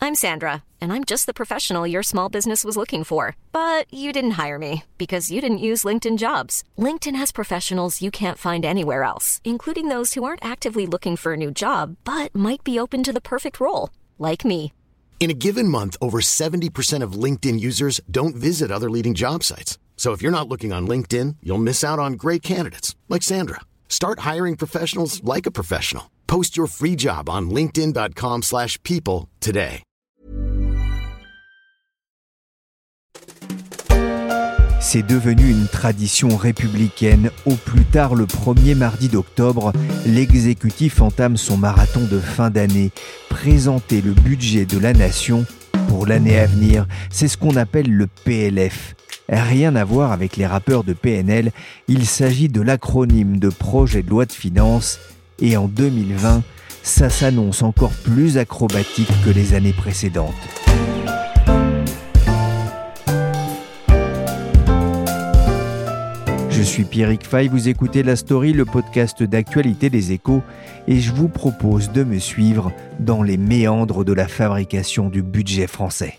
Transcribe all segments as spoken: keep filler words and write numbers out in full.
I'm Sandra, and I'm just the professional your small business was looking for. But you didn't hire me because you didn't use LinkedIn Jobs. LinkedIn has professionals you can't find anywhere else, including those who aren't actively looking for a new job, but might be open to the perfect role, like me. In a given month, over seventy percent of LinkedIn users don't visit other leading job sites. So if you're not looking on LinkedIn, you'll miss out on great candidates like Sandra. Start hiring professionals like a professional. Post your free job on linkedin.com slash people today. C'est devenu une tradition républicaine. Au plus tard, le premier mardi d'octobre, l'exécutif entame son marathon de fin d'année. Présenter le budget de la nation pour l'année à venir. C'est ce qu'on appelle le P L F. Rien à voir avec les rappeurs de P N L. Il s'agit de l'acronyme de projet de loi de finances. Et en deux mille vingt, ça s'annonce encore plus acrobatique que les années précédentes. Je suis Pierrick Fay, vous écoutez La Story, le podcast d'actualité des Échos, et je vous propose de me suivre dans les méandres de la fabrication du budget français.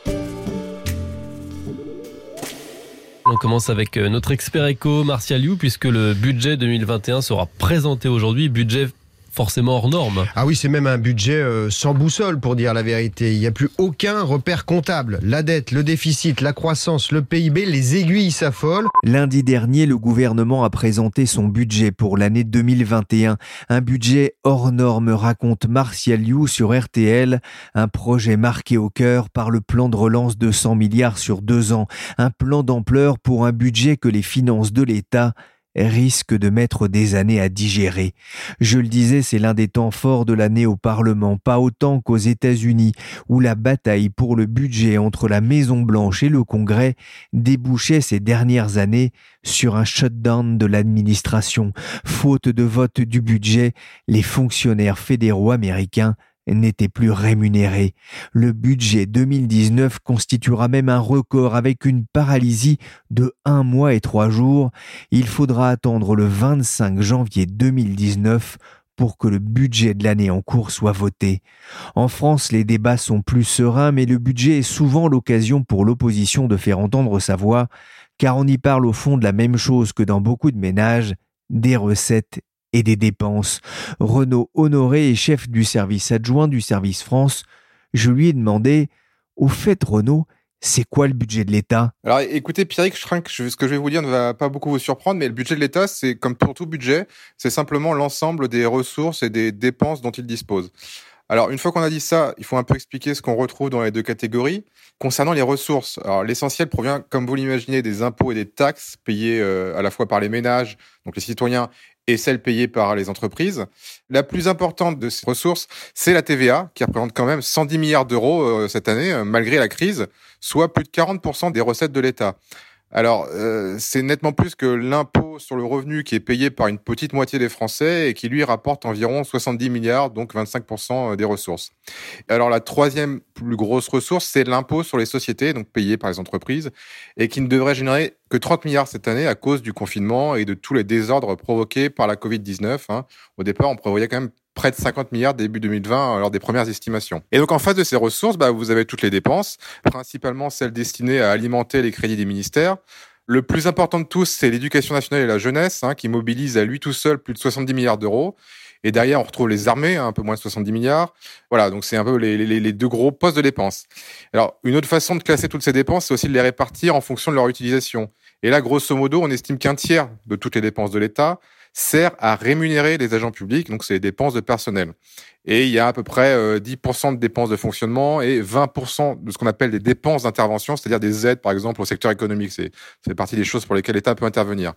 On commence avec notre expert éco, Martial You, puisque le budget deux mille vingt et un sera présenté aujourd'hui, budget forcément hors norme. Ah oui, c'est même un budget euh, sans boussole pour dire la vérité. Il n'y a plus aucun repère comptable. La dette, le déficit, la croissance, le P I B, les aiguilles s'affolent. Lundi dernier, le gouvernement a présenté son budget pour l'année deux mille vingt et un. Un budget hors norme, raconte Martial You sur R T L. Un projet marqué au cœur par le plan de relance de cent milliards sur deux ans. Un plan d'ampleur pour un budget que les finances de l'État risque de mettre des années à digérer. Je le disais, c'est l'un des temps forts de l'année au Parlement, pas autant qu'aux États-Unis, où la bataille pour le budget entre la Maison-Blanche et le Congrès débouchait ces dernières années sur un shutdown de l'administration. Faute de vote du budget, les fonctionnaires fédéraux américains n'était plus rémunéré. Le budget deux mille dix-neuf constituera même un record avec une paralysie de un mois et trois jours. Il faudra attendre le vingt-cinq janvier deux mille dix-neuf pour que le budget de l'année en cours soit voté. En France, les débats sont plus sereins, mais le budget est souvent l'occasion pour l'opposition de faire entendre sa voix, car on y parle au fond de la même chose que dans beaucoup de ménages, des recettes et des dépenses. Renaud Honoré est chef du service adjoint du Service France. Je lui ai demandé, au fait Renaud, c'est quoi le budget de l'État ? Alors écoutez Pierrick, je crains que ce que je vais vous dire ne va pas beaucoup vous surprendre, mais le budget de l'État, c'est comme pour tout budget, c'est simplement l'ensemble des ressources et des dépenses dont il dispose. Alors, une fois qu'on a dit ça, il faut un peu expliquer ce qu'on retrouve dans les deux catégories. Concernant les ressources, alors l'essentiel provient, comme vous l'imaginez, des impôts et des taxes payés euh, à la fois par les ménages, donc les citoyens, et celles payées par les entreprises. La plus importante de ces ressources, c'est la T V A, qui représente quand même cent dix milliards d'euros euh, cette année, euh, malgré la crise, soit plus de quarante pour cent des recettes de l'État. Alors, euh, c'est nettement plus que l'impôt sur le revenu qui est payé par une petite moitié des Français et qui, lui, rapporte environ soixante-dix milliards, donc vingt-cinq pour cent des ressources. Alors, la troisième plus grosse ressource, c'est l'impôt sur les sociétés, donc payé par les entreprises, et qui ne devrait générer que trente milliards cette année à cause du confinement et de tous les désordres provoqués par la covid dix-neuf. Hein. Au départ, on prévoyait quand même près de cinquante milliards début deux mille vingt lors des premières estimations. Et donc en face de ces ressources, bah, vous avez toutes les dépenses, principalement celles destinées à alimenter les crédits des ministères. Le plus important de tous, c'est l'éducation nationale et la jeunesse, hein, qui mobilise à lui tout seul plus de soixante-dix milliards d'euros. Et derrière, on retrouve les armées, hein, un peu moins de soixante-dix milliards. Voilà, donc c'est un peu les, les, les deux gros postes de dépenses. Alors, une autre façon de classer toutes ces dépenses, c'est aussi de les répartir en fonction de leur utilisation. Et là, grosso modo, on estime qu'un tiers de toutes les dépenses de l'État sert à rémunérer les agents publics, donc c'est les dépenses de personnel. Et il y a à peu près euh, dix pour cent de dépenses de fonctionnement et vingt pour cent de ce qu'on appelle des dépenses d'intervention, c'est-à-dire des aides, par exemple, au secteur économique. C'est, c'est partie des choses pour lesquelles l'État peut intervenir.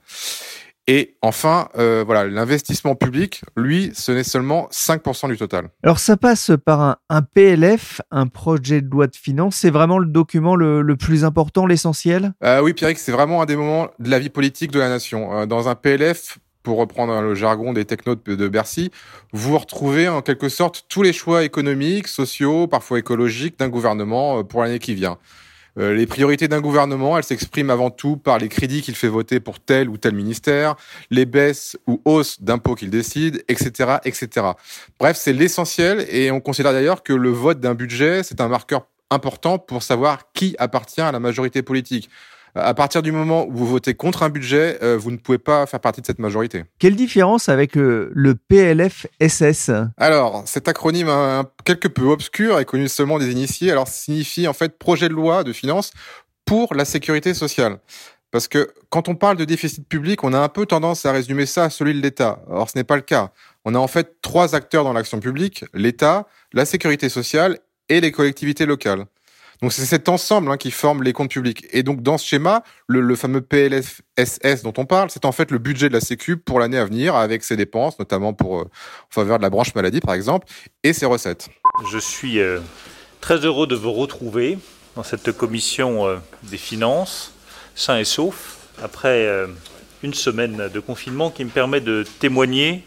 Et enfin, euh, voilà, l'investissement public, lui, ce n'est seulement cinq pour cent du total. Alors ça passe par un, un P L F, un projet de loi de finances. C'est vraiment le document le, le plus important, l'essentiel ? euh, Oui, Pierrick, c'est vraiment un des moments de la vie politique de la nation. Euh, dans un P L F, pour reprendre le jargon des technos de Bercy, vous retrouvez en quelque sorte tous les choix économiques, sociaux, parfois écologiques d'un gouvernement pour l'année qui vient. Euh, les priorités d'un gouvernement, elles s'expriment avant tout par les crédits qu'il fait voter pour tel ou tel ministère, les baisses ou hausses d'impôts qu'il décide, et cetera, et cetera. Bref, c'est l'essentiel et on considère d'ailleurs que le vote d'un budget, c'est un marqueur important pour savoir qui appartient à la majorité politique. À partir du moment où vous votez contre un budget, euh, vous ne pouvez pas faire partie de cette majorité. Quelle différence avec le, le P L F S S ? Alors, cet acronyme un, un, quelque peu obscur et connu seulement des initiés, alors signifie en fait projet de loi de finances pour la sécurité sociale. Parce que quand on parle de déficit public, on a un peu tendance à résumer ça à celui de l'État. Or, ce n'est pas le cas. On a en fait trois acteurs dans l'action publique, l'État, la sécurité sociale et les collectivités locales. Donc c'est cet ensemble hein, qui forme les comptes publics. Et donc dans ce schéma, le, le fameux P L F S S dont on parle, c'est en fait le budget de la Sécu pour l'année à venir, avec ses dépenses, notamment pour euh, en faveur de la branche maladie par exemple, et ses recettes. Je suis euh, très heureux de vous retrouver dans cette commission euh, des finances, sain et sauf, après euh, une semaine de confinement qui me permet de témoigner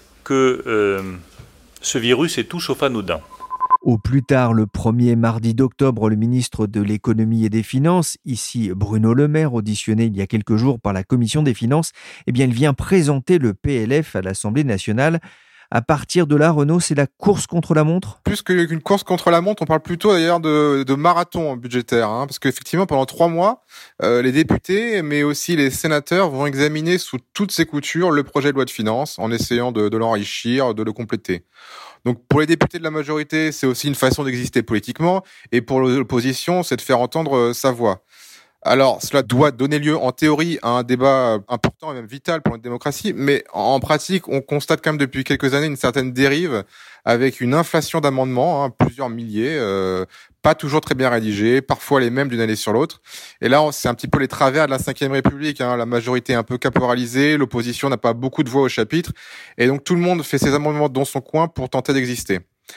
que euh, ce virus est tout sauf anodin. Au plus tard, le premier mardi d'octobre, le ministre de l'Économie et des Finances, ici Bruno Le Maire, auditionné il y a quelques jours par la Commission des Finances, eh bien, il vient présenter le P L F à l'Assemblée nationale. À partir de là, Renaud, c'est la course contre la montre ? Plus qu'une course contre la montre, on parle plutôt d'ailleurs de, de marathon budgétaire, hein, parce qu'effectivement, pendant trois mois, euh, les députés, mais aussi les sénateurs vont examiner sous toutes ses coutures le projet de loi de finances, en essayant de, de l'enrichir, de le compléter. Donc pour les députés de la majorité, c'est aussi une façon d'exister politiquement, et pour l'opposition, c'est de faire entendre sa voix. Alors, cela doit donner lieu en théorie à un débat important et même vital pour notre démocratie, mais en pratique, on constate quand même depuis quelques années une certaine dérive avec une inflation d'amendements, hein, plusieurs milliers, euh, pas toujours très bien rédigés, parfois les mêmes d'une année sur l'autre. Et là, c'est un petit peu les travers de la cinquième République, hein, la majorité est un peu caporalisée, l'opposition n'a pas beaucoup de voix au chapitre, et donc tout le monde fait ses amendements dans son coin pour tenter d'exister.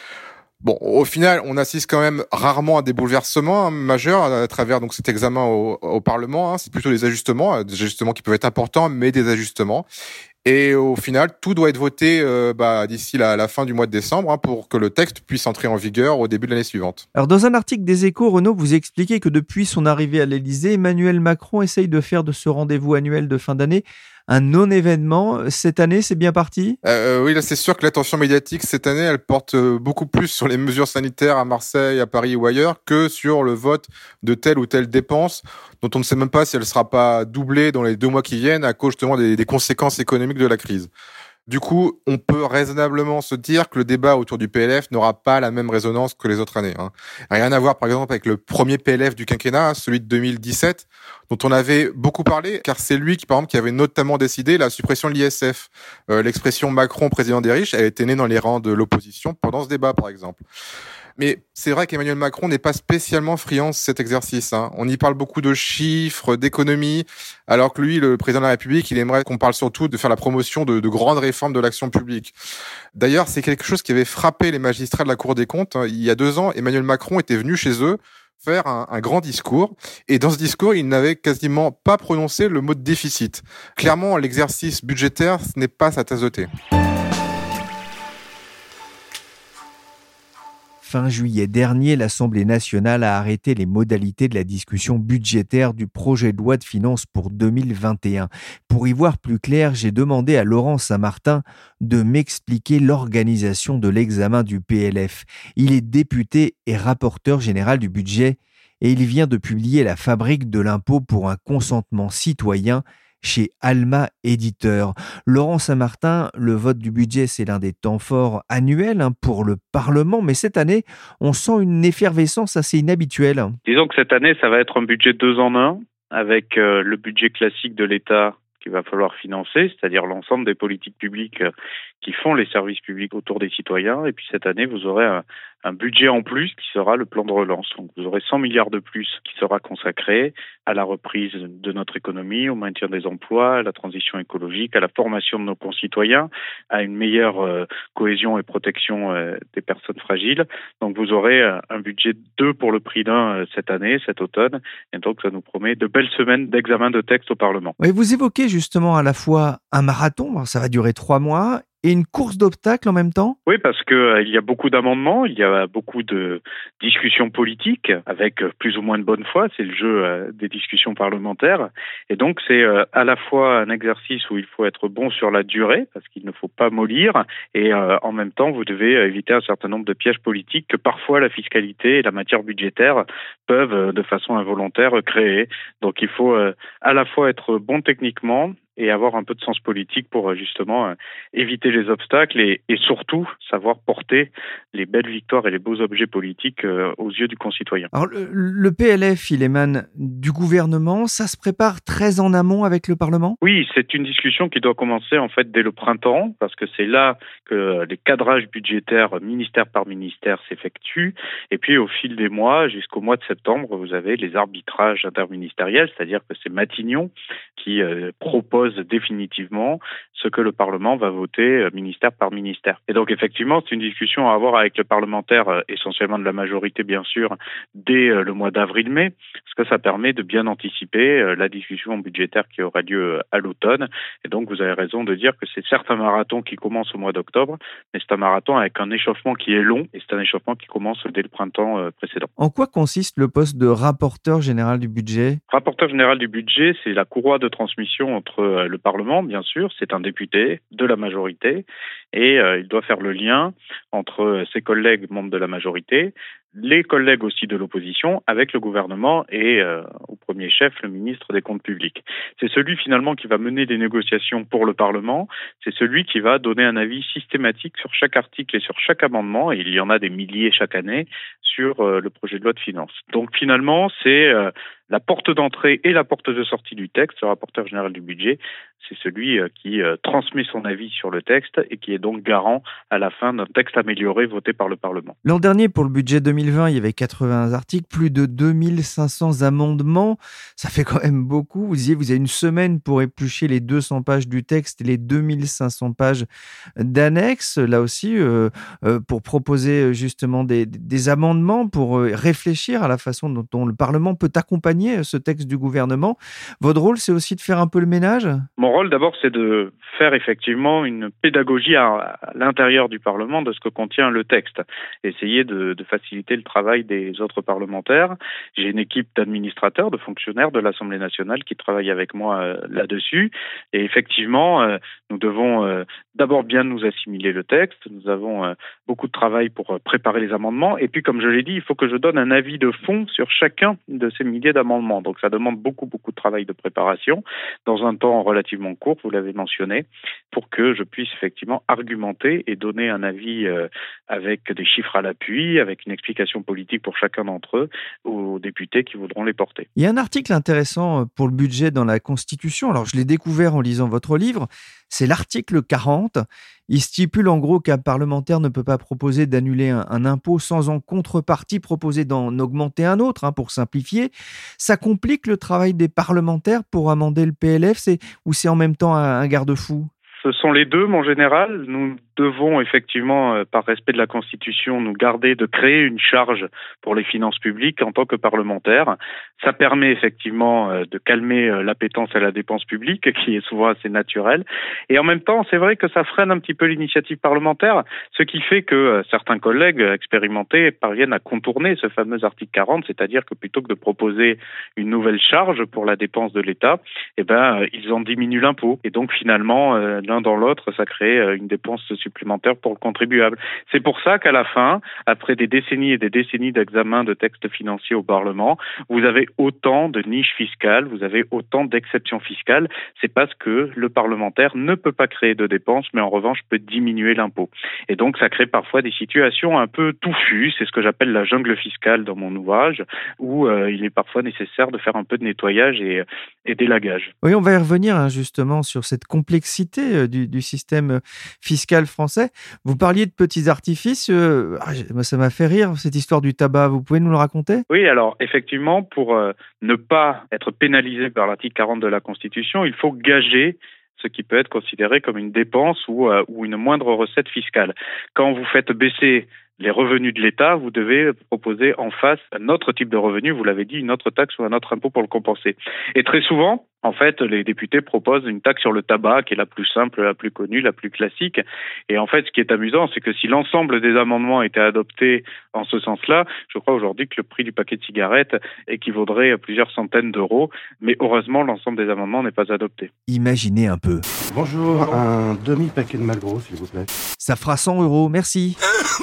Bon, au final, on assiste quand même rarement à des bouleversements hein, majeurs à travers donc cet examen au, au Parlement. Hein. C'est plutôt des ajustements, des ajustements qui peuvent être importants, mais des ajustements. Et au final, tout doit être voté euh, bah, d'ici la, la fin du mois de décembre hein, pour que le texte puisse entrer en vigueur au début de l'année suivante. Alors, dans un article des Échos, Renaud, vous expliquez que depuis son arrivée à l'Élysée, Emmanuel Macron essaye de faire de ce rendez-vous annuel de fin d'année un non-événement. Cette année, c'est bien parti ? euh, Oui, là, c'est sûr que l'attention médiatique, cette année, elle porte beaucoup plus sur les mesures sanitaires à Marseille, à Paris ou ailleurs que sur le vote de telle ou telle dépense dont on ne sait même pas si elle ne sera pas doublée dans les deux mois qui viennent à cause justement des, des conséquences économiques de la crise. Du coup, on peut raisonnablement se dire que le débat autour du P L F n'aura pas la même résonance que les autres années. Hein. Rien à voir, par exemple, avec le premier P L F du quinquennat, celui de deux mille dix-sept, dont on avait beaucoup parlé, car c'est lui qui, par exemple, qui avait notamment décidé la suppression de l'I S F. Euh, l'expression Macron président des riches, elle était née dans les rangs de l'opposition pendant ce débat, par exemple. Mais c'est vrai qu'Emmanuel Macron n'est pas spécialement friand de cet exercice. Hein. On y parle beaucoup de chiffres, d'économie, alors que lui, le président de la République, il aimerait qu'on parle surtout de faire la promotion de, de grandes réformes de l'action publique. D'ailleurs, c'est quelque chose qui avait frappé les magistrats de la Cour des comptes. Il y a deux ans, Emmanuel Macron était venu chez eux faire un, un grand discours. Et dans ce discours, il n'avait quasiment pas prononcé le mot de déficit. Clairement, l'exercice budgétaire, ce n'est pas sa tasse de thé. Fin juillet dernier, l'Assemblée nationale a arrêté les modalités de la discussion budgétaire du projet de loi de finances pour deux mille vingt et un. Pour y voir plus clair, j'ai demandé à Laurent Saint-Martin de m'expliquer l'organisation de l'examen du P L F. Il est député et rapporteur général du budget et il vient de publier La fabrique de l'impôt pour un consentement citoyen chez Alma Éditeur. Laurent Saint-Martin, le vote du budget, c'est l'un des temps forts annuels hein, pour le Parlement, mais cette année, on sent une effervescence assez inhabituelle. Disons que cette année, ça va être un budget deux en un, avec euh, le budget classique de l'État qu'il va falloir financer, c'est-à-dire l'ensemble des politiques publiques qui font les services publics autour des citoyens. Et puis cette année, vous aurez un, un budget en plus qui sera le plan de relance. Donc vous aurez cent milliards de plus qui sera consacré à la reprise de notre économie, au maintien des emplois, à la transition écologique, à la formation de nos concitoyens, à une meilleure euh, cohésion et protection euh, des personnes fragiles. Donc vous aurez euh, un budget deux pour le prix d'un euh, cette année, cet automne. Et donc ça nous promet de belles semaines d'examen de textes au Parlement. Oui, vous évoquez justement à la fois un marathon, ça va durer trois mois, et une course d'obstacles en même temps ? Oui, parce que euh, il y a beaucoup d'amendements, il y a beaucoup de discussions politiques avec euh, plus ou moins de bonne foi, c'est le jeu euh, des discussions parlementaires. Et donc c'est euh, à la fois un exercice où il faut être bon sur la durée, parce qu'il ne faut pas mollir, et euh, en même temps vous devez euh, éviter un certain nombre de pièges politiques que parfois la fiscalité et la matière budgétaire peuvent euh, de façon involontaire créer. Donc il faut euh, à la fois être bon techniquement et avoir un peu de sens politique pour euh, justement euh, éviter les obstacles et, et surtout savoir porter les belles victoires et les beaux objets politiques euh, aux yeux du concitoyen. Alors le, le P L F, il émane du gouvernement, ça se prépare très en amont avec le Parlement ? Oui, c'est une discussion qui doit commencer en fait dès le printemps parce que c'est là que les cadrages budgétaires ministère par ministère s'effectuent et puis au fil des mois jusqu'au mois de septembre, vous avez les arbitrages interministériels, c'est-à-dire que c'est Matignon qui euh, propose définitivement ce que le Parlement va voter ministère par ministère. Et donc effectivement, c'est une discussion à avoir avec le parlementaire, essentiellement de la majorité bien sûr, dès le mois d'avril-mai, parce que ça permet de bien anticiper la discussion budgétaire qui aura lieu à l'automne. Et donc vous avez raison de dire que c'est certes un marathon qui commence au mois d'octobre, mais c'est un marathon avec un échauffement qui est long, et c'est un échauffement qui commence dès le printemps précédent. En quoi consiste le poste de rapporteur général du budget ? Rapporteur général du budget, c'est la courroie de transmission entre le Parlement, bien sûr, c'est un député de la majorité, et euh, il doit faire le lien entre ses collègues membres de la majorité, les collègues aussi de l'opposition, avec le gouvernement et euh, au premier chef, le ministre des Comptes publics. C'est celui finalement qui va mener des négociations pour le Parlement, c'est celui qui va donner un avis systématique sur chaque article et sur chaque amendement, et il y en a des milliers chaque année, sur euh, le projet de loi de finances. Donc finalement, c'est euh, la porte d'entrée et la porte de sortie du texte, le rapporteur général du budget, c'est celui euh, qui euh, transmet son avis sur le texte et qui est donc garant à la fin d'un texte amélioré voté par le Parlement. L'an dernier, pour le budget deux mille vingt, il y avait quatre-vingts articles, plus de deux mille cinq cents amendements. Ça fait quand même beaucoup. Vous disiez, vous avez une semaine pour éplucher les deux cents pages du texte et les deux mille cinq cents pages d'annexes. Là aussi, euh, euh, pour proposer justement des, des amendements, pour euh, réfléchir à la façon dont, dont le Parlement peut accompagner ce texte du gouvernement. Votre rôle, c'est aussi de faire un peu le ménage ? Mon rôle, d'abord, c'est de faire effectivement une pédagogie à, à l'intérieur du Parlement de ce que contient le texte. Essayer de, de faciliter le travail des autres parlementaires. J'ai une équipe d'administrateurs, de fonctionnaires de l'Assemblée nationale qui travaillent avec moi euh, là-dessus. Et effectivement, euh, nous devons euh, d'abord bien nous assimiler le texte. Nous avons euh, beaucoup de travail pour euh, préparer les amendements. Et puis, comme je l'ai dit, il faut que je donne un avis de fond sur chacun de ces milliers d'amendements. Donc, ça demande beaucoup, beaucoup de travail de préparation dans un temps relativement court, vous l'avez mentionné, pour que je puisse effectivement argumenter et donner un avis euh, avec des chiffres à l'appui, avec une explication politique pour chacun d'entre eux aux députés qui voudront les porter. Il y a un article intéressant pour le budget dans la Constitution. Alors, je l'ai découvert en lisant votre livre. C'est l'article quarante. Il stipule en gros qu'un parlementaire ne peut pas proposer d'annuler un, un impôt sans en contrepartie proposer d'en augmenter un autre, hein, pour simplifier. Ça complique le travail des parlementaires pour amender le P L F, c'est, ou c'est en même temps un, un garde-fou ? Ce sont les deux, mon général. Nous devons effectivement, euh, par respect de la Constitution, nous garder de créer une charge pour les finances publiques en tant que parlementaires. Ça permet effectivement euh, de calmer euh, l'appétence à la dépense publique, qui est souvent assez naturelle. Et en même temps, c'est vrai que ça freine un petit peu l'initiative parlementaire, ce qui fait que euh, certains collègues expérimentés parviennent à contourner ce fameux article quarante, c'est-à-dire que plutôt que de proposer une nouvelle charge pour la dépense de l'État, eh ben, euh, ils en diminuent l'impôt. Et donc finalement, euh, l'un dans l'autre, ça crée euh, une dépense supplémentaire pour le contribuable. C'est pour ça qu'à la fin, après des décennies et des décennies d'examen de textes financiers au Parlement, vous avez autant de niches fiscales, vous avez autant d'exceptions fiscales. C'est parce que le parlementaire ne peut pas créer de dépenses, mais en revanche peut diminuer l'impôt. Et donc ça crée parfois des situations un peu touffues, c'est ce que j'appelle la jungle fiscale dans mon ouvrage, où euh, il est parfois nécessaire de faire un peu de nettoyage et, et d'élagage. Oui, on va y revenir hein, justement sur cette complexité euh, du, du système fiscal français. Vous parliez de petits artifices. Euh, ah, ça m'a fait rire, cette histoire du tabac. Vous pouvez nous le raconter ? Oui, alors effectivement, pour euh, ne pas être pénalisé par l'article quarante de la Constitution, il faut gager ce qui peut être considéré comme une dépense ou, euh, ou une moindre recette fiscale. Quand vous faites baisser les revenus de l'État, vous devez proposer en face un autre type de revenu, vous l'avez dit, une autre taxe ou un autre impôt pour le compenser. Et très souvent, En fait, les députés proposent une taxe sur le tabac qui est la plus simple, la plus connue, la plus classique. Et en fait, ce qui est amusant, c'est que si l'ensemble des amendements étaient adoptés en ce sens-là, je crois aujourd'hui que le prix du paquet de cigarettes équivaudrait à plusieurs centaines d'euros. Mais heureusement, l'ensemble des amendements n'est pas adopté. Imaginez un peu. Bonjour, un demi-paquet de Marlboro, s'il vous plaît. Ça fera cent euros, merci.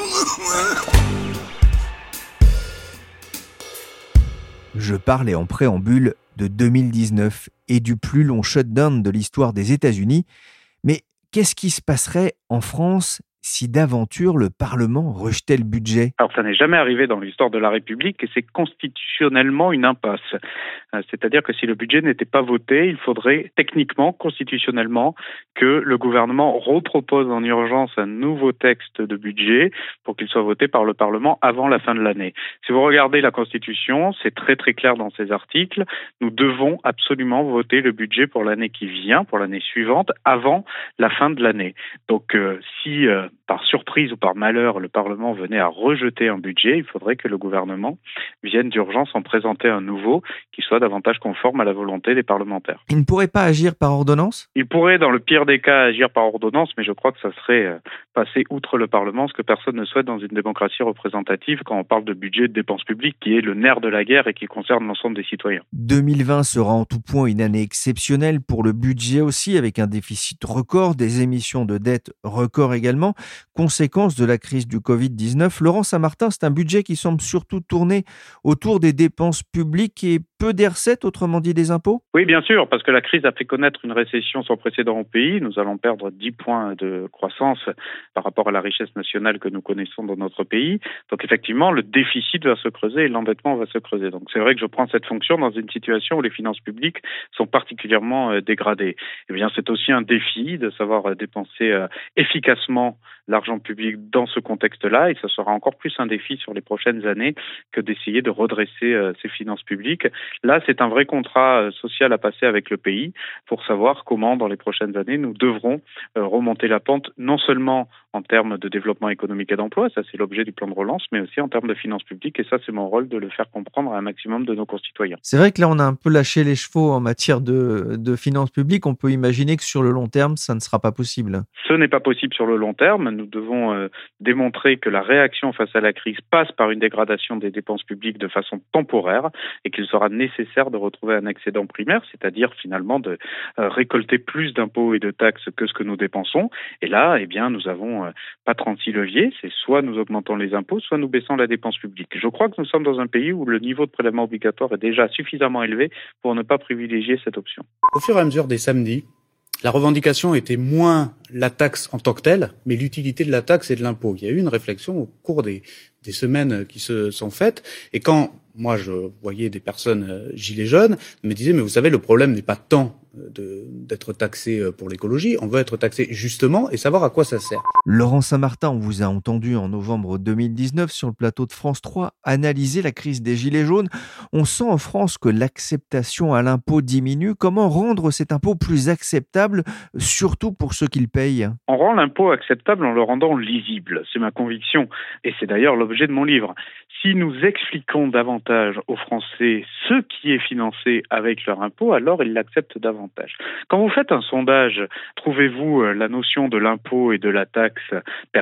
Je parlais en préambule de deux mille dix-neuf et du plus long shutdown de l'histoire des États-Unis. Mais qu'est-ce qui se passerait en France si d'aventure le Parlement rejetait le budget? Alors ça n'est jamais arrivé dans l'histoire de la République et c'est constitutionnellement une impasse. C'est-à-dire que si le budget n'était pas voté, il faudrait techniquement, constitutionnellement, que le gouvernement repropose en urgence un nouveau texte de budget pour qu'il soit voté par le Parlement avant la fin de l'année. Si vous regardez la Constitution, c'est très très clair dans ces articles, nous devons absolument voter le budget pour l'année qui vient, pour l'année suivante, avant la fin de l'année. Donc euh, si euh, par surprise ou par malheur, le Parlement venait à rejeter un budget, il faudrait que le gouvernement vienne d'urgence en présenter un nouveau qui soit davantage conforme à la volonté des parlementaires. Il ne pourrait pas agir par ordonnance ? Il pourrait, dans le pire des cas, agir par ordonnance, mais je crois que ça serait euh, passer outre le Parlement, ce que personne ne souhaite dans une démocratie représentative quand on parle de budget de dépenses publiques, qui est le nerf de la guerre et qui concerne l'ensemble des citoyens. deux mille vingt sera en tout point une année exceptionnelle pour le budget aussi, avec un déficit record, des émissions de dette record également. Conséquence de la crise du covid dix-neuf, Laurent Saint-Martin, c'est un budget qui semble surtout tourner autour des dépenses publiques et peu des recettes, autrement dit des impôts ? Oui, bien sûr, parce que la crise a fait connaître une récession sans précédent au pays. Nous allons perdre dix points de croissance par rapport à la richesse nationale que nous connaissons dans notre pays. Donc effectivement, le déficit va se creuser et l'endettement va se creuser. Donc c'est vrai que je prends cette fonction dans une situation où les finances publiques sont particulièrement dégradées. Eh bien, c'est aussi un défi de savoir dépenser efficacement l'argent public dans ce contexte-là, et ça sera encore plus un défi sur les prochaines années que d'essayer de redresser euh, ces finances publiques. Là, c'est un vrai contrat euh, social à passer avec le pays pour savoir comment, dans les prochaines années, nous devrons euh, remonter la pente, non seulement en termes de développement économique et d'emploi, ça c'est l'objet du plan de relance, mais aussi en termes de finances publiques, et ça c'est mon rôle de le faire comprendre à un maximum de nos concitoyens. C'est vrai que là on a un peu lâché les chevaux en matière de, de finances publiques, on peut imaginer que sur le long terme, ça ne sera pas possible. Ce n'est pas possible sur le long terme, nous devons euh, démontrer que la réaction face à la crise passe par une dégradation des dépenses publiques de façon temporaire, et qu'il sera nécessaire de retrouver un excédent primaire, c'est-à-dire finalement de euh, récolter plus d'impôts et de taxes que ce que nous dépensons, et là, eh bien, nous avons pas trente-six leviers, c'est soit nous augmentons les impôts, soit nous baissons la dépense publique. Je crois que nous sommes dans un pays où le niveau de prélèvement obligatoire est déjà suffisamment élevé pour ne pas privilégier cette option. Au fur et à mesure des samedis, la revendication était moins la taxe en tant que telle, mais l'utilité de la taxe et de l'impôt. Il y a eu une réflexion au cours des, des semaines qui se sont faites, et quand moi je voyais des personnes euh, gilets jaunes, me disaient, mais vous savez, le problème n'est pas tant de, d'être taxé pour l'écologie, on veut être taxé justement et savoir à quoi ça sert. Laurent Saint-Martin, on vous a entendu en novembre deux mille dix-neuf sur le plateau de France trois analyser la crise des gilets jaunes. On sent en France que l'acceptation à l'impôt diminue. Comment rendre cet impôt plus acceptable, surtout pour ceux qui le payent ? On rend l'impôt acceptable en le rendant lisible, c'est ma conviction, et c'est d'ailleurs l'objet de mon livre. Si nous expliquons davantage aux Français ce qui est financé avec leur impôt, alors ils l'acceptent davantage. Quand vous faites un sondage, trouvez-vous la notion de l'impôt et de la taxe pertinente ?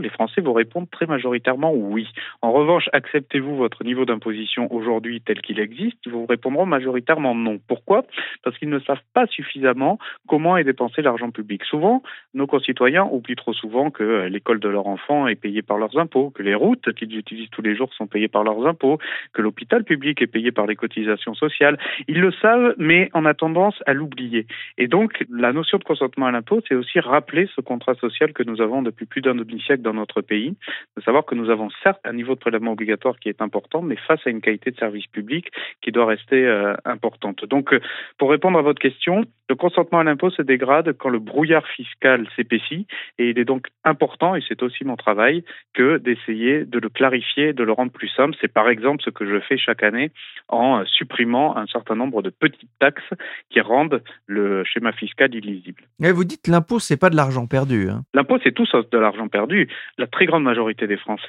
Les Français vous répondent très majoritairement oui. En revanche, acceptez-vous votre niveau d'imposition aujourd'hui tel qu'il existe ? Ils vous répondront majoritairement non. Pourquoi ? Parce qu'ils ne savent pas suffisamment comment est dépensé l'argent public. Souvent, nos concitoyens oublient trop souvent que l'école de leur enfant est payée par leurs impôts, que les routes qu'ils utilisent tous les jours sont payées par leurs impôts, que l'hôpital public est payé par les cotisations sociales. Ils le savent, mais on a tendance à l'oublier. Et donc, la notion de consentement à l'impôt, c'est aussi rappeler ce contrat social que nous avons depuis plus d'un demi-siècle dans notre pays, de savoir que nous avons certes un niveau de prélèvement obligatoire qui est important, mais face à une qualité de service public qui doit rester euh, importante. Donc, euh, pour répondre à votre question, le consentement à l'impôt se dégrade quand le brouillard fiscal s'épaissit, et il est donc important, et c'est aussi mon travail, que d'essayer de le clarifier, de le rendre plus simple. C'est par exemple ce que je fais chaque année en supprimant un certain nombre de petites taxes qui rendent le schéma fiscal illisible. Et vous dites que l'impôt, c'est pas de l'argent perdu. Hein. L'impôt, c'est tout sauf de l'argent perdu. La très grande majorité des Français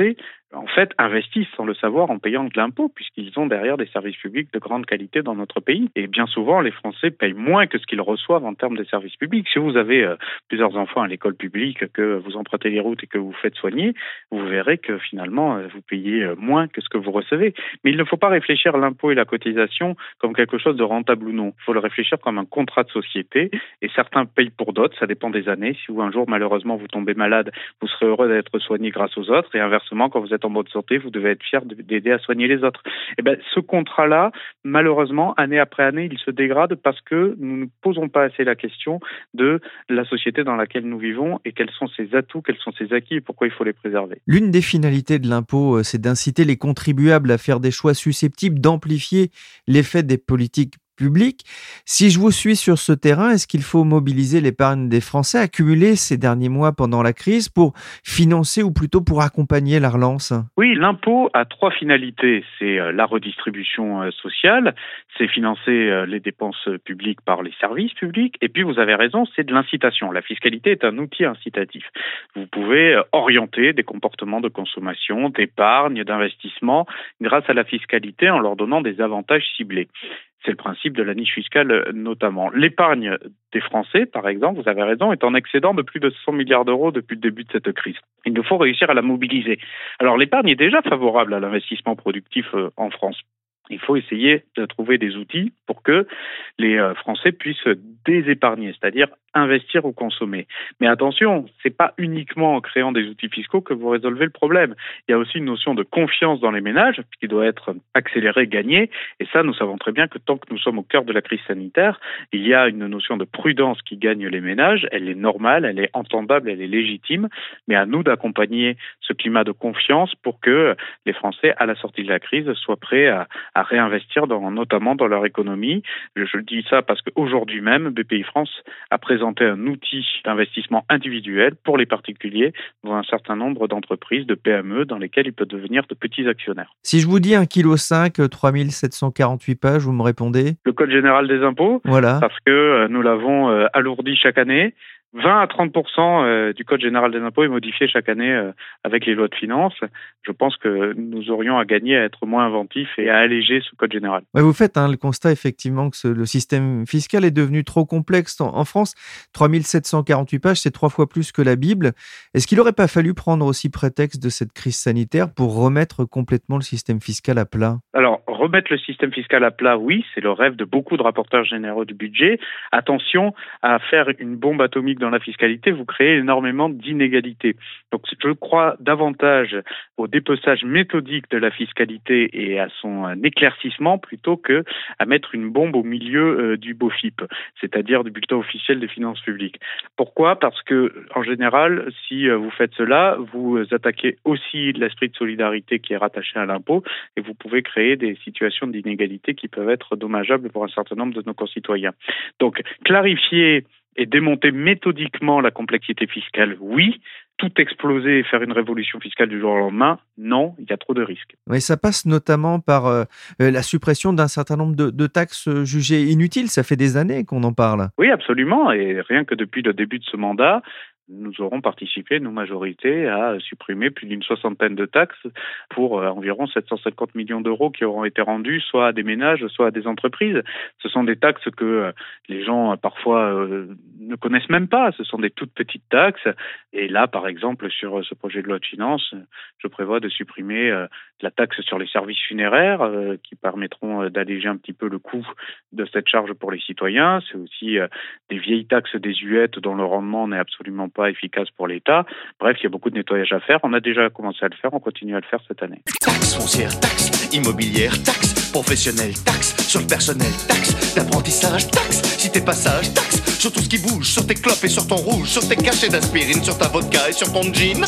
en fait, investissent sans le savoir en payant de l'impôt, puisqu'ils ont derrière des services publics de grande qualité dans notre pays. Et bien souvent, les Français payent moins que ce qu'ils reçoivent en termes de services publics. Si vous avez euh, plusieurs enfants à l'école publique, que vous empruntez les routes et que vous faites soigner, vous verrez que finalement, euh, vous payez euh, moins que ce que vous recevez. Mais il ne faut pas réfléchir à l'impôt et la cotisation comme quelque chose de rentable ou non. Il faut le réfléchir comme un contrat de société. Et certains payent pour d'autres, ça dépend des années. Si vous, un jour, malheureusement, vous tombez malade, vous serez heureux d'être soigné grâce aux autres. Et inversement, quand vous êtes en bonne santé, vous devez être fier d'aider à soigner les autres. Et ben, ce contrat-là, malheureusement, année après année, il se dégrade parce que nous ne posons pas assez la question de la société dans laquelle nous vivons et quels sont ses atouts, quels sont ses acquis et pourquoi il faut les préserver. L'une des finalités de l'impôt, c'est d'inciter les contribuables à faire des choix susceptibles d'amplifier l'effet des politiques public. Si je vous suis sur ce terrain, est-ce qu'il faut mobiliser l'épargne des Français accumulée ces derniers mois pendant la crise pour financer ou plutôt pour accompagner la relance ? Oui, l'impôt a trois finalités. C'est la redistribution sociale, c'est financer les dépenses publiques par les services publics, et puis vous avez raison, c'est de l'incitation. La fiscalité est un outil incitatif. Vous pouvez orienter des comportements de consommation, d'épargne, d'investissement grâce à la fiscalité en leur donnant des avantages ciblés. C'est le principe de la niche fiscale notamment. L'épargne des Français, par exemple, vous avez raison, est en excédent de plus de cent milliards d'euros depuis le début de cette crise. Il nous faut réussir à la mobiliser. Alors l'épargne est déjà favorable à l'investissement productif en France. Il faut essayer de trouver des outils pour que les Français puissent désépargner, c'est-à-dire investir ou consommer. Mais attention, c'est pas uniquement en créant des outils fiscaux que vous résolvez le problème. Il y a aussi une notion de confiance dans les ménages qui doit être accélérée, gagnée. Et ça, nous savons très bien que tant que nous sommes au cœur de la crise sanitaire, il y a une notion de prudence qui gagne les ménages. Elle est normale, elle est entendable, elle est légitime. Mais à nous d'accompagner ce climat de confiance pour que les Français, à la sortie de la crise, soient prêts à, à réinvestir dans, notamment dans leur économie. Je, je dis ça parce qu'aujourd'hui même, B P I France a présenté un outil d'investissement individuel pour les particuliers dans un certain nombre d'entreprises, de P M E, dans lesquelles ils peuvent devenir de petits actionnaires. Si je vous dis un virgule cinq kilos, trois mille sept cent quarante-huit pages, vous me répondez ? Le Code général des impôts, voilà. Parce que nous l'avons alourdi chaque année. vingt à trente pour cent du Code général des impôts est modifié chaque année avec les lois de finances. Je pense que nous aurions à gagner à être moins inventifs et à alléger ce Code général. Ouais, vous faites hein, le constat effectivement que ce, le système fiscal est devenu trop complexe en, en France. trois mille sept cent quarante-huit pages, c'est trois fois plus que la Bible. Est-ce qu'il n'aurait pas fallu prendre aussi prétexte de cette crise sanitaire pour remettre complètement le système fiscal à plat ? Alors, remettre le système fiscal à plat, oui, c'est le rêve de beaucoup de rapporteurs généraux du budget. Attention à faire une bombe atomique dans la fiscalité, vous créez énormément d'inégalités. Donc, je crois davantage au dépeçage méthodique de la fiscalité et à son éclaircissement plutôt que à mettre une bombe au milieu euh, du B O F I P, c'est-à-dire du bulletin officiel des finances publiques. Pourquoi ? Parce que, en général, si vous faites cela, vous attaquez aussi l'esprit de solidarité qui est rattaché à l'impôt et vous pouvez créer des situations d'inégalité qui peuvent être dommageables pour un certain nombre de nos concitoyens. Donc, clarifier et démonter méthodiquement la complexité fiscale, oui. Tout exploser et faire une révolution fiscale du jour au lendemain, non, il y a trop de risques. Oui, ça passe notamment par euh, la suppression d'un certain nombre de, de taxes jugées inutiles. Ça fait des années qu'on en parle. Oui, absolument. Et rien que depuis le début de ce mandat, nous aurons participé, nos majorités, à supprimer plus d'une soixantaine de taxes pour euh, environ sept cent cinquante millions d'euros qui auront été rendus soit à des ménages, soit à des entreprises. Ce sont des taxes que euh, les gens euh, parfois euh, ne connaissent même pas. Ce sont des toutes petites taxes. Et là, par exemple, sur ce projet de loi de finances, je prévois de supprimer euh, la taxe sur les services funéraires euh, qui permettront euh, d'alléger un petit peu le coût de cette charge pour les citoyens. C'est aussi euh, des vieilles taxes désuètes dont le rendement n'est absolument pas efficace pour l'État. Bref, il y a beaucoup de nettoyage à faire. On a déjà commencé à le faire, on continue à le faire cette année. Taxe foncière, taxe immobilière, taxe professionnelle, taxe sur le personnel, taxe d'apprentissage, taxe si t'es pas sage, taxe sur tout ce qui bouge, sur tes clopes et sur ton rouge, sur tes cachets d'aspirine, sur ta vodka et sur ton jean.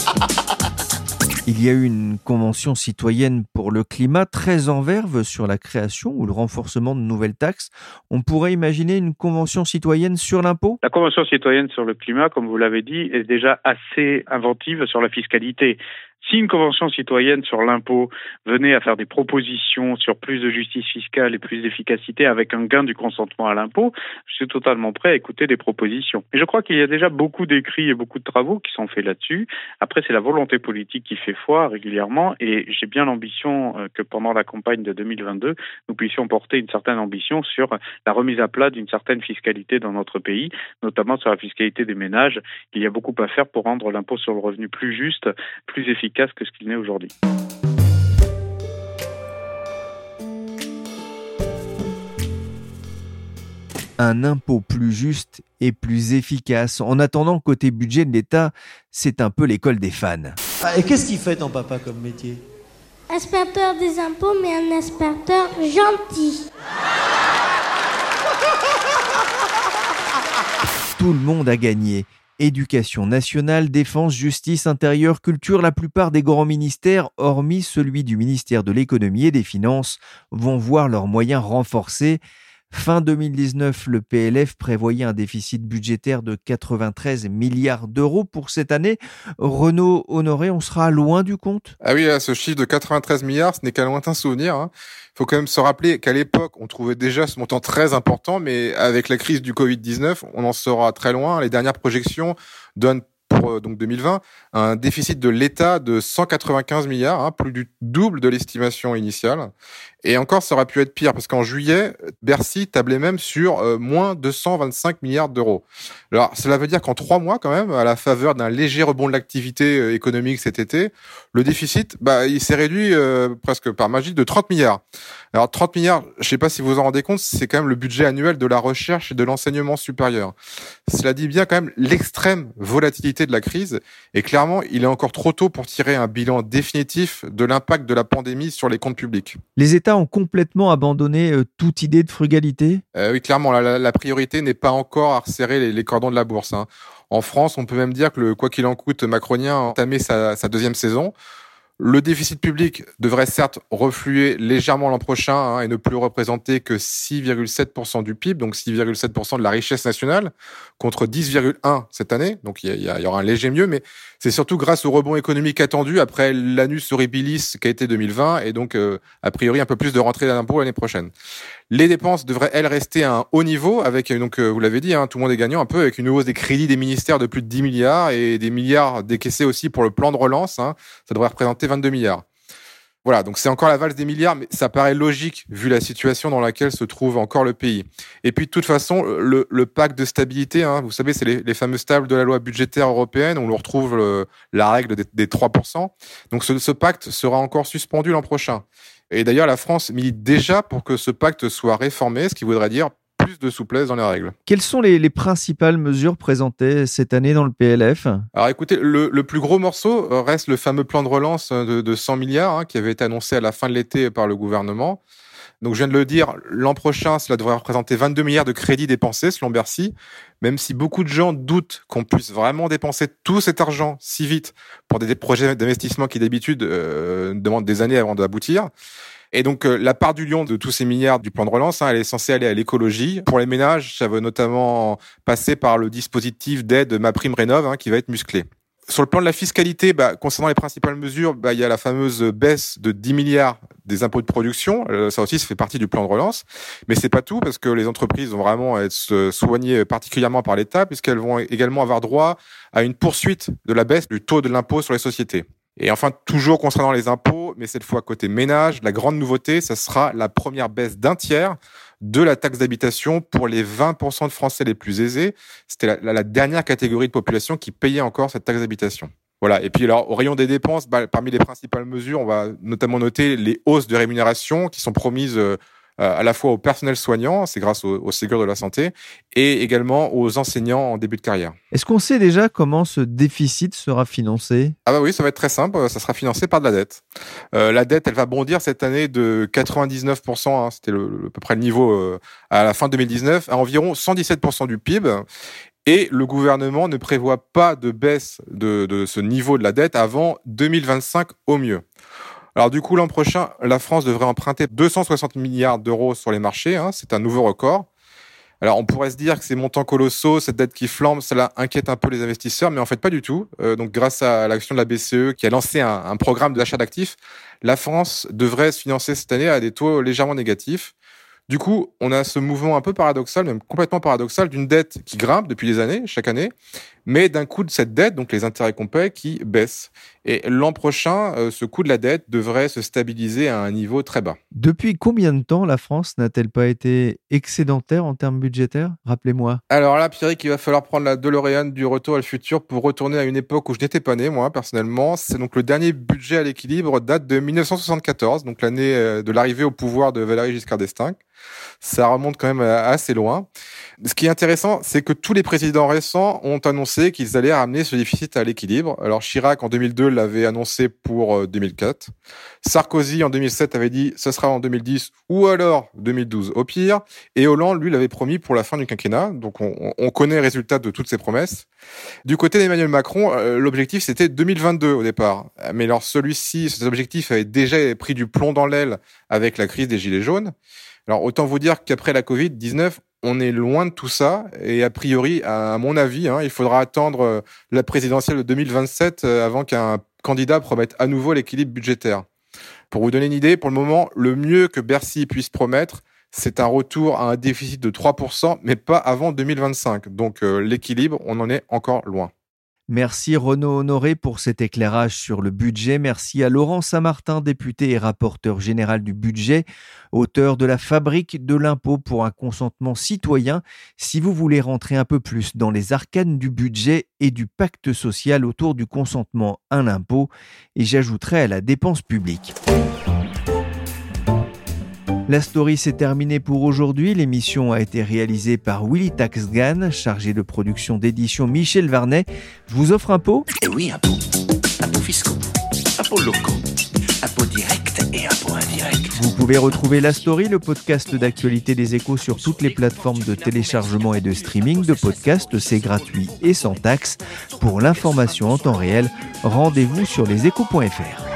Il y a eu une convention citoyenne pour le climat très en verve sur la création ou le renforcement de nouvelles taxes. On pourrait imaginer une convention citoyenne sur l'impôt ? La convention citoyenne sur le climat, comme vous l'avez dit, est déjà assez inventive sur la fiscalité. Si une convention citoyenne sur l'impôt venait à faire des propositions sur plus de justice fiscale et plus d'efficacité avec un gain du consentement à l'impôt, je suis totalement prêt à écouter des propositions. Mais je crois qu'il y a déjà beaucoup d'écrits et beaucoup de travaux qui sont faits là-dessus. Après, c'est la volonté politique qui fait foi régulièrement et j'ai bien l'ambition que pendant la campagne de deux mille vingt-deux, nous puissions porter une certaine ambition sur la remise à plat d'une certaine fiscalité dans notre pays, notamment sur la fiscalité des ménages. Il y a beaucoup à faire pour rendre l'impôt sur le revenu plus juste, plus efficace que ce qu'il n'est aujourd'hui. Un impôt plus juste et plus efficace. En attendant, côté budget de l'État, c'est un peu l'école des fans. Ah, et qu'est-ce qu'il fait ton papa comme métier ? Inspecteur des impôts, mais un inspecteur gentil. Tout le monde a gagné. Éducation nationale, défense, justice, intérieur, culture, la plupart des grands ministères, hormis celui du ministère de l'économie et des finances, vont voir leurs moyens renforcés. Fin deux mille dix-neuf, le P L F prévoyait un déficit budgétaire de quatre-vingt-treize milliards d'euros pour cette année. Renaud Honoré, on sera loin du compte ? Ah oui, là, ce chiffre de quatre-vingt-treize milliards, ce n'est qu'un lointain souvenir. Il hein. faut quand même se rappeler qu'à l'époque, on trouvait déjà ce montant très important, mais avec la crise du covid dix-neuf, on en sera très loin. Les dernières projections donnent pour donc deux mille vingt un déficit de l'État de cent quatre-vingt-quinze milliards, hein, plus du double de l'estimation initiale. Et encore, ça aurait pu être pire, parce qu'en juillet, Bercy tablait même sur euh, moins deux cent vingt-cinq milliards d'euros. Alors, cela veut dire qu'en trois mois, quand même, à la faveur d'un léger rebond de l'activité euh, économique cet été, le déficit, bah, il s'est réduit euh, presque par magie de trente milliards. Alors, trente milliards, je sais pas si vous vous en rendez compte, c'est quand même le budget annuel de la recherche et de l'enseignement supérieur. Cela dit bien quand même l'extrême volatilité de la crise, et clairement, il est encore trop tôt pour tirer un bilan définitif de l'impact de la pandémie sur les comptes publics. Les États ont complètement abandonné euh, toute idée de frugalité ? euh, Oui, clairement, la, la priorité n'est pas encore à resserrer les, les cordons de la bourse. Hein. En France, on peut même dire que le quoi qu'il en coûte macronien a entamé sa, sa deuxième saison. Le déficit public devrait certes refluer légèrement l'an prochain hein, et ne plus représenter que six virgule sept pour cent du P I B, donc six virgule sept pour cent de la richesse nationale, contre dix virgule un pour cent cette année. Donc il y, y, y aura un léger mieux, mais c'est surtout grâce au rebond économique attendu après l'annus horribilis qu'a été deux mille vingt, et donc euh, a priori un peu plus de rentrée d'impôts l'année prochaine. Les dépenses devraient, elles, rester à un haut niveau avec, donc euh, vous l'avez dit, hein, tout le monde est gagnant un peu, avec une hausse des crédits des ministères de plus de dix milliards et des milliards décaissés aussi pour le plan de relance. Hein, ça devrait représenter vingt-deux milliards. Voilà, donc c'est encore la valse des milliards, mais ça paraît logique vu la situation dans laquelle se trouve encore le pays. Et puis de toute façon, le, le pacte de stabilité, hein, vous savez, c'est les, les fameuses tables de la loi budgétaire européenne, où on retrouve le, la règle des, des trois pour cent. Donc ce, ce pacte sera encore suspendu l'an prochain. Et d'ailleurs, la France milite déjà pour que ce pacte soit réformé, ce qui voudrait dire plus de souplesse dans les règles. Quelles sont les, les principales mesures présentées cette année dans le P L F ? Alors écoutez, le, le plus gros morceau reste le fameux plan de relance de, de cent milliards hein, qui avait été annoncé à la fin de l'été par le gouvernement. Donc je viens de le dire, l'an prochain, cela devrait représenter vingt-deux milliards de crédits dépensés selon Bercy, même si beaucoup de gens doutent qu'on puisse vraiment dépenser tout cet argent si vite pour des projets d'investissement qui d'habitude euh, demandent des années avant d'aboutir. Et donc, euh, la part du lion de tous ces milliards du plan de relance, hein, elle est censée aller à l'écologie. Pour les ménages, ça va notamment passer par le dispositif d'aide MaPrimeRénov', hein, qui va être musclé. Sur le plan de la fiscalité, bah, concernant les principales mesures, bah, il y a la fameuse baisse de dix milliards des impôts de production. Euh, ça aussi, ça fait partie du plan de relance. Mais c'est pas tout, parce que les entreprises vont vraiment être soignées particulièrement par l'État, puisqu'elles vont également avoir droit à une poursuite de la baisse du taux de l'impôt sur les sociétés. Et enfin, toujours concernant les impôts, mais cette fois côté ménage, la grande nouveauté, ça sera la première baisse d'un tiers de la taxe d'habitation pour les vingt pour cent de Français les plus aisés. C'était la, la, la dernière catégorie de population qui payait encore cette taxe d'habitation. Voilà. Et puis alors, au rayon des dépenses, bah, parmi les principales mesures, on va notamment noter les hausses de rémunération qui sont promises euh, à la fois au personnel soignant, c'est grâce au, au Ségur de la santé, et également aux enseignants en début de carrière. Est-ce qu'on sait déjà comment ce déficit sera financé ? Ah bah oui, ça va être très simple, ça sera financé par de la dette. Euh, la dette, elle va bondir cette année de quatre-vingt-dix-neuf pour cent, hein, c'était le, le, à peu près le niveau euh, à la fin deux mille dix-neuf, à environ cent dix-sept pour cent du P I B. Et le gouvernement ne prévoit pas de baisse de, de ce niveau de la dette avant deux mille vingt-cinq au mieux. Alors du coup, l'an prochain, la France devrait emprunter deux cent soixante milliards d'euros sur les marchés, hein, c'est un nouveau record. Alors on pourrait se dire que ces montants colossaux, cette dette qui flambe, cela inquiète un peu les investisseurs, mais en fait pas du tout. Euh, donc grâce à l'action de la B C E qui a lancé un, un programme d'achat d'actifs, la France devrait se financer cette année à des taux légèrement négatifs. Du coup, on a ce mouvement un peu paradoxal, même complètement paradoxal, d'une dette qui grimpe depuis des années, chaque année, mais d'un coût de cette dette, donc les intérêts qu'on paie, qui baisse. Et l'an prochain, euh, ce coût de la dette devrait se stabiliser à un niveau très bas. Depuis combien de temps la France n'a-t-elle pas été excédentaire en termes budgétaires ? Rappelez-moi. Alors là, Pierrick, il va falloir prendre la DeLorean du Retour à le futur pour retourner à une époque où je n'étais pas né, moi, personnellement. C'est donc le dernier budget à l'équilibre date de dix-neuf cent soixante-quatorze, donc l'année de l'arrivée au pouvoir de Valéry Giscard d'Estaing. Ça remonte quand même assez loin. Ce qui est intéressant, c'est que tous les présidents récents ont annoncé qu'ils allaient ramener ce déficit à l'équilibre. Alors Chirac, en deux mille deux, l'avait annoncé pour deux mille quatre. Sarkozy, en deux mille sept, avait dit « ce sera en deux mille dix ou alors deux mille douze au pire ». Et Hollande, lui, l'avait promis pour la fin du quinquennat. Donc on, on connaît le résultat de toutes ces promesses. Du côté d'Emmanuel Macron, euh, l'objectif, c'était deux mille vingt-deux au départ. Mais alors celui-ci, cet objectif avait déjà pris du plomb dans l'aile avec la crise des Gilets jaunes. Alors autant vous dire qu'après la covid dix-neuf, on est loin de tout ça et a priori, à mon avis, hein, il faudra attendre la présidentielle de deux mille vingt-sept avant qu'un candidat promette à nouveau l'équilibre budgétaire. Pour vous donner une idée, pour le moment, le mieux que Bercy puisse promettre, c'est un retour à un déficit de trois pour cent, mais pas avant deux mille vingt-cinq. Donc euh, l'équilibre, on en est encore loin. Merci Renaud Honoré pour cet éclairage sur le budget. Merci à Laurent Saint-Martin, député et rapporteur général du budget, auteur de La Fabrique de l'impôt pour un consentement citoyen. Si vous voulez rentrer un peu plus dans les arcanes du budget et du pacte social autour du consentement à l'impôt, et j'ajouterai à la dépense publique. La story s'est terminée pour aujourd'hui. L'émission a été réalisée par Willy Taxgan, chargé de production d'édition Michel Varnet. Je vous offre un pot ? Eh oui, un pot. Impôts fiscaux, impôts locaux, impôts directs et impôts indirects. Vous pouvez retrouver La Story, le podcast d'actualité des Échos, sur toutes les plateformes de téléchargement et de streaming de podcasts. C'est gratuit et sans taxe. Pour l'information en temps réel, rendez-vous sur leséchos point f r.